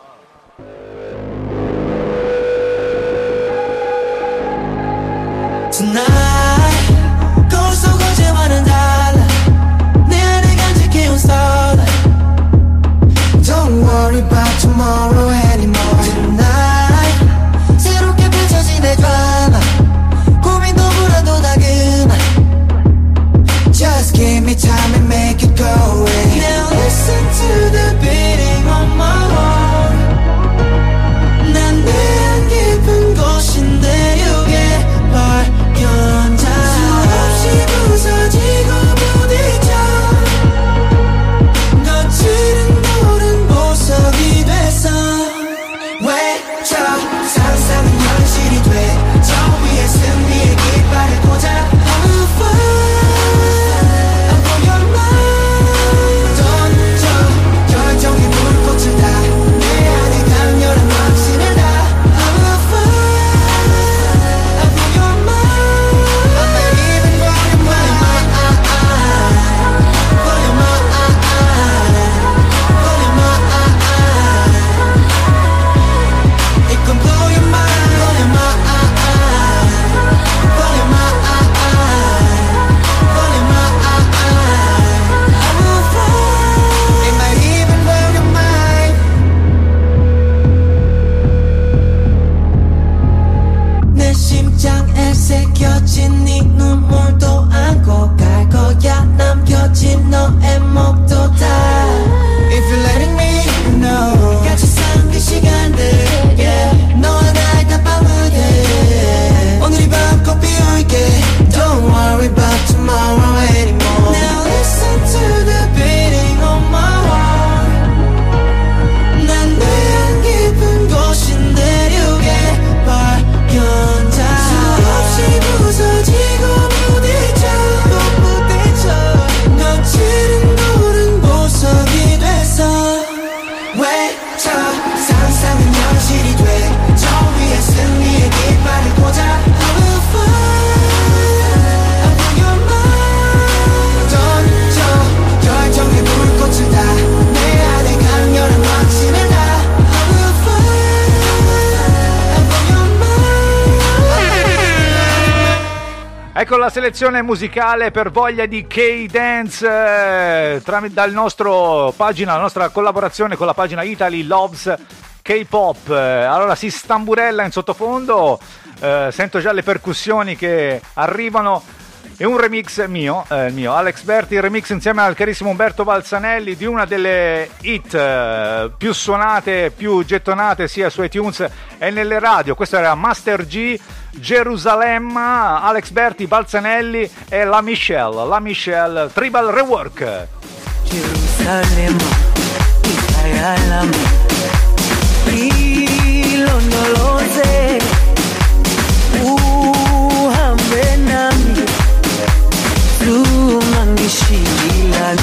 Tonight, 거울 속 어제와는 달라 내 안에 간직해온 starlight. Don't worry about tomorrow anymore. Tonight, 새롭게 펼쳐진 내 drama 고민도 불안도 다 그만. Just give me time and make it go away. Now listen to the beating of my heart. 난 내 안 깊은 곳인데 you get 발견자 수없이 부서지고 부딪혀 거칠은 노른 보석이 됐어. 외쳐 상상은 현실이 돼 저 위에 승리의 깃발을 꽂아 결정의 불꽃을 다 내 안에 강렬한 확신을 다 새겨진 네 눈물도 안고 갈 거야 남겨진 너의 목도 다. If you're letting me know 같이 산 그 시간들 yeah. 너와 나의 단방 무대 오늘이 밤꽃 피울게. Don't worry about tomorrow anymore. Now listen to the beating of my heart. 난 내 안 깊은 곳인데 you get 발견자 부서지고 부딪혀 거칠은 노른 보석이 됐어. 외쳐 상상은 현실이 돼 저 위에 승리의 깃발을 꽂아 던져 결정의 불꽃을 다 내 안에 강렬한 확신을 다. Ecco la selezione musicale per Voglia di K-Dance dal nostro pagina, la nostra collaborazione con la pagina Italy Loves K-Pop. Allora si stamburella in sottofondo, sento già le percussioni che arrivano. È un remix mio, Alex Berti, il remix insieme al carissimo Umberto Balzanelli di una delle hit più suonate, più gettonate sia su iTunes e nelle radio. Questo era Master G, Gerusalemme, Alex Berti, Balzanelli e La Michelle, Tribal Rework. Gerusalemme, hilo no lo sé, uhambe nami, lumangishilana.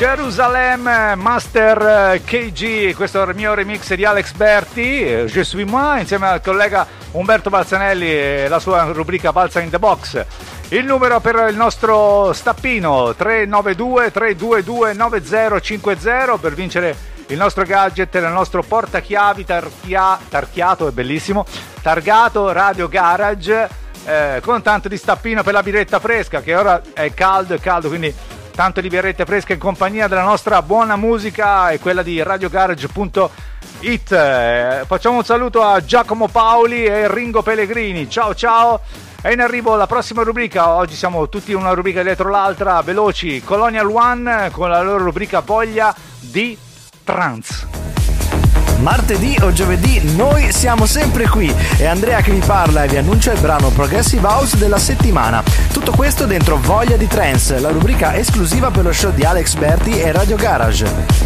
Jerusalem Master KG, questo è il mio remix di Alex Berti, Je suis moi, insieme al collega Umberto Balzanelli e la sua rubrica Balza in the Box. Il numero per il nostro stappino 392-322-9050 per vincere il nostro gadget, il nostro portachiavi tarchiato, è bellissimo, targato Radio Garage, con tanto di stappino per la birretta fresca, che ora è caldo, quindi tanto di birrette fresche in compagnia della nostra buona musica e quella di radiogarage.it. Facciamo un saluto a Giacomo Paoli e Ringo Pellegrini, ciao. È in arrivo la prossima rubrica, oggi siamo tutti una rubrica dietro l'altra, veloci. Colonial One con la loro rubrica Voglia di Trance. Martedì o giovedì noi siamo sempre qui, è Andrea che vi parla e vi annuncia il brano Progressive House della settimana. Tutto questo dentro Voglia di Trance, la rubrica esclusiva per lo show di Alex Berti e Radio Garage.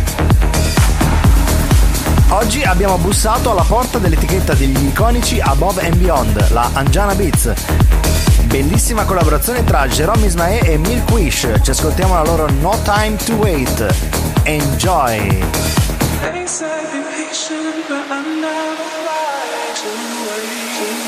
Oggi abbiamo bussato alla porta dell'etichetta degli iconici Above and Beyond, la Anjana Beats. Bellissima collaborazione tra Jerome Isma-Ae e Milkwish. Ci ascoltiamo la loro No Time to Wait. Enjoy! They say be patient, but I never like to wait.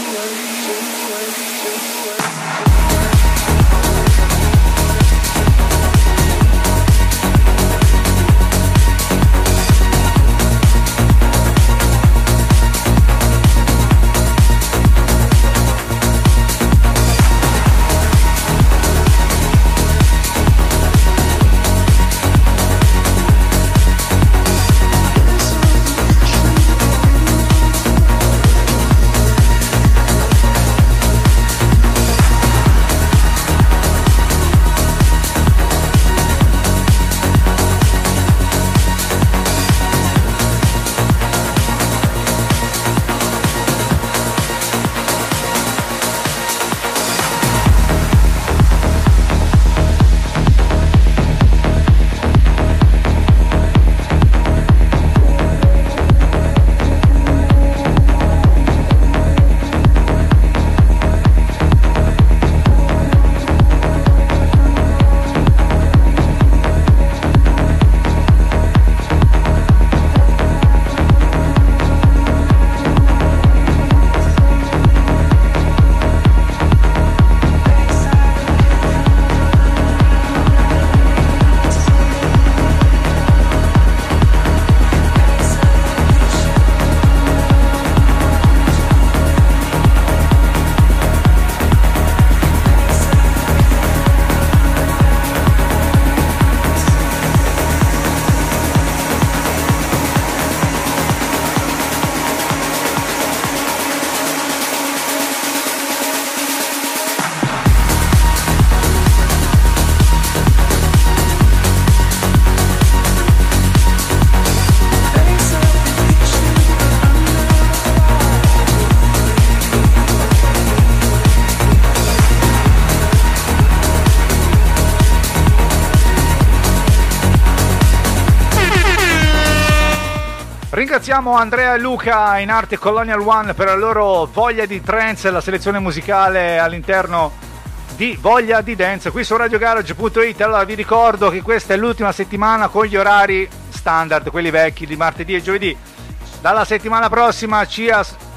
Ringraziamo Andrea e Luca in arte Colonial One per la loro Voglia di Trance, la selezione musicale all'interno di Voglia di Dance qui su radiogarage.it. Allora vi ricordo che questa è l'ultima settimana con gli orari standard, quelli vecchi di martedì e giovedì. Dalla settimana prossima ci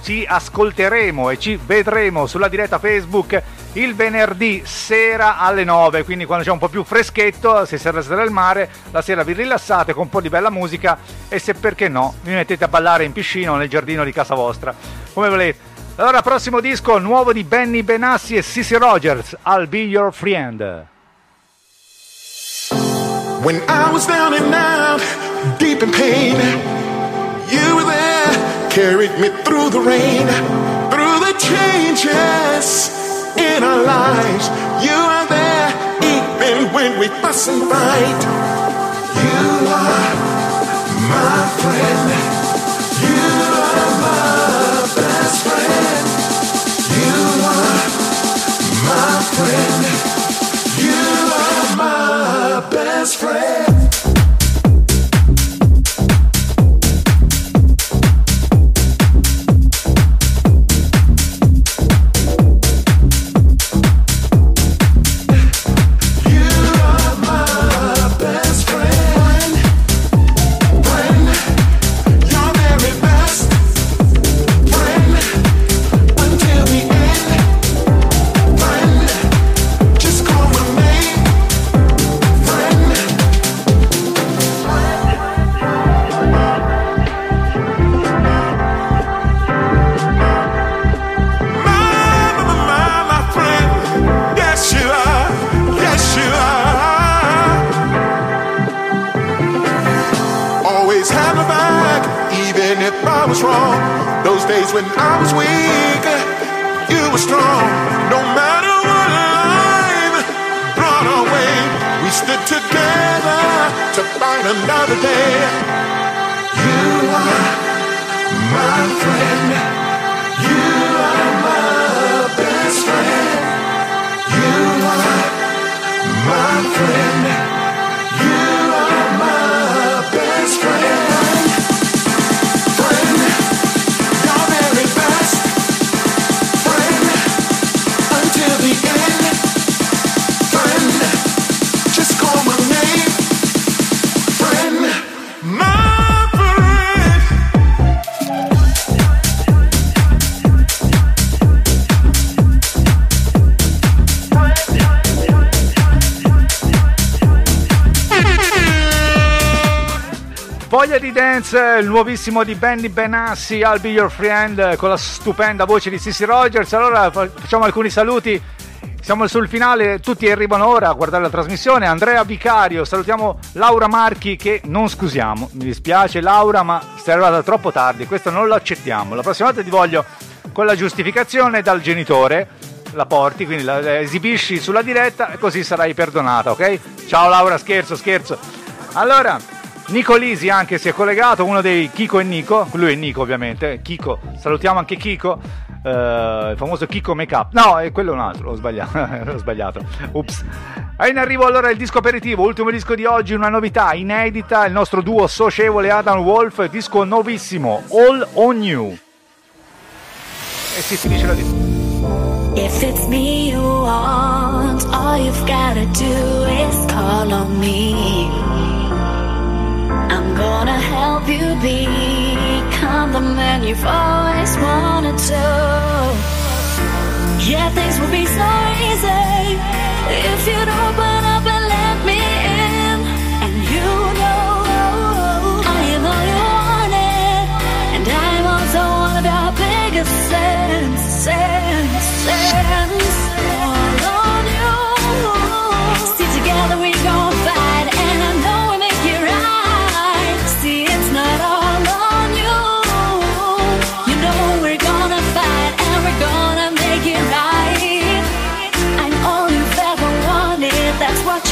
ascolteremo e ci vedremo sulla diretta Facebook il venerdì sera alle 9, quindi quando c'è un po' più freschetto, se siete al mare, la sera vi rilassate con un po' di bella musica e se perché no vi mettete a ballare in piscina o nel giardino di casa vostra, come volete. Allora, prossimo disco nuovo di Benny Benassi e Sissy Rogers, I'll Be Your Friend. When I was down and out, deep in pain, you were there, carried me through the rain, through the changes in our lives. You are there, even when we fuss and fight. You are my friend. You are my best friend. You are my friend. You are my best friend. You are my best friend. always had my back, even if I was wrong. Those days when I was weak, you were strong. No matter what life brought our way, we stood together to fight another day. You are my friend. You are my best friend. You are my friend. You are my best friend. Friend, your very best friend until the end. Friend, just call my name. Friend, my Voglia di Dance, il nuovissimo di Benny Benassi, I'll Be Your Friend, con la stupenda voce di Sissy Rogers. Allora facciamo alcuni saluti, siamo sul finale, tutti arrivano ora a guardare la trasmissione. Andrea Vicario, salutiamo Laura Marchi che non scusiamo, mi dispiace Laura ma sei arrivata troppo tardi, questo non lo accettiamo. La prossima volta ti voglio con la giustificazione dal genitore, la porti, quindi la esibisci sulla diretta e così sarai perdonata, ok? Ciao Laura, scherzo. Allora Nico Lisi anche si è collegato, uno dei Chico e Nico, lui è Nico ovviamente, Chico, salutiamo anche Chico, il famoso Chico Make Up, no, è quello un altro, ho sbagliato, ups. È in arrivo allora il disco aperitivo, ultimo disco di oggi, una novità inedita, il nostro duo socievole Adam Wolf, disco nuovissimo, All On You. E si finisce la disco. If it's me you want, all you've gotta do is call on me. I'm gonna help you become the man you've always wanted to. Yeah, things will be so easy if you'd open up and let me in. And you know I am all you wanted, and I'm also one of your biggest sins. All on you. See, together we gon' fight, and I know we make it right. See, it's not all on you. You know we're gonna fight, and we're gonna make it right. I'm all you've ever wanted, that's what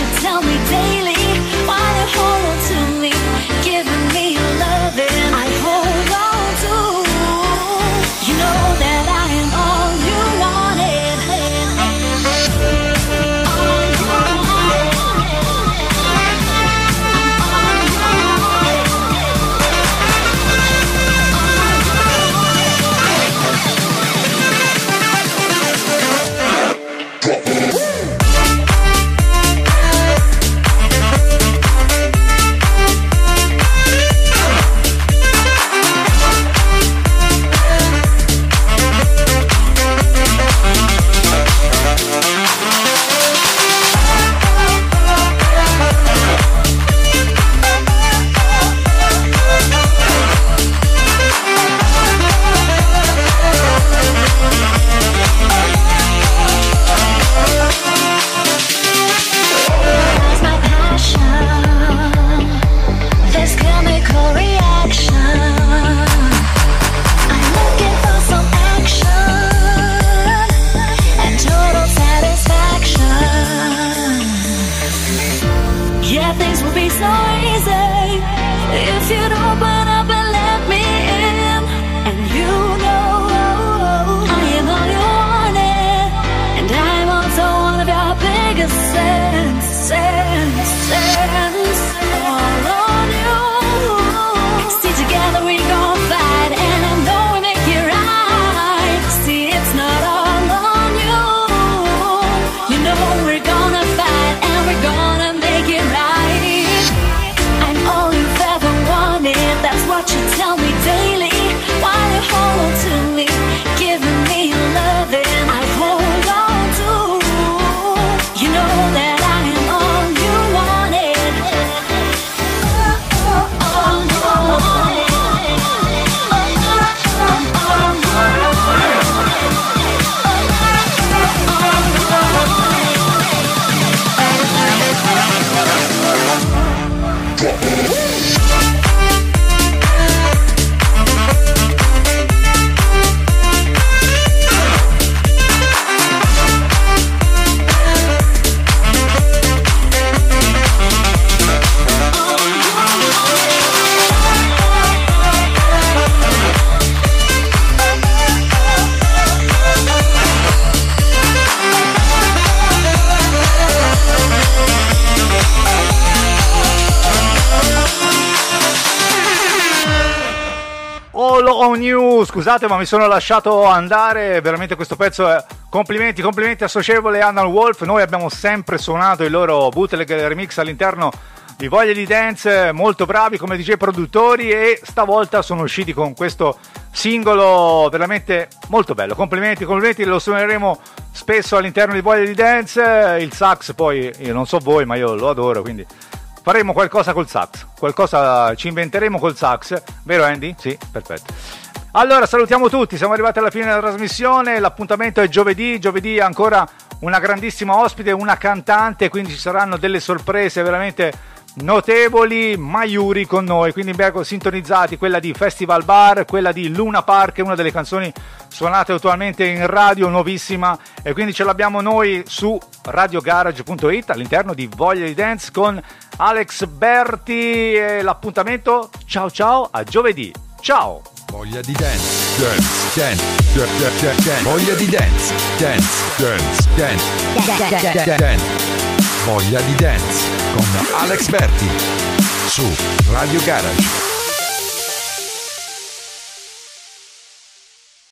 All On You. Scusate, ma mi sono lasciato andare, veramente questo pezzo è... complimenti a Socievole e Anal Wolf. Noi abbiamo sempre suonato i loro bootleg remix all'interno di Voglia di Dance, molto bravi come DJ produttori, e stavolta sono usciti con questo singolo veramente molto bello. Complimenti, lo suoneremo spesso all'interno di Voglia di Dance. Il sax poi, io non so voi, ma io lo adoro, quindi faremo qualcosa col sax, qualcosa ci inventeremo col sax, vero Andy? Sì, perfetto. Allora salutiamo tutti, siamo arrivati alla fine della trasmissione, l'appuntamento è giovedì ancora una grandissima ospite, una cantante, quindi ci saranno delle sorprese veramente notevoli. Mayuri con noi, quindi sintonizzati, quella di Festival Bar, quella di Luna Park, una delle canzoni suonate attualmente in radio, nuovissima, e quindi ce l'abbiamo noi su radiogarage.it all'interno di Voglia di Dance con Alex Berti, e l'appuntamento ciao a giovedì, ciao. Voglia di dance, voglia di dance, voglia di dance con Alex Berti su Radio Garage.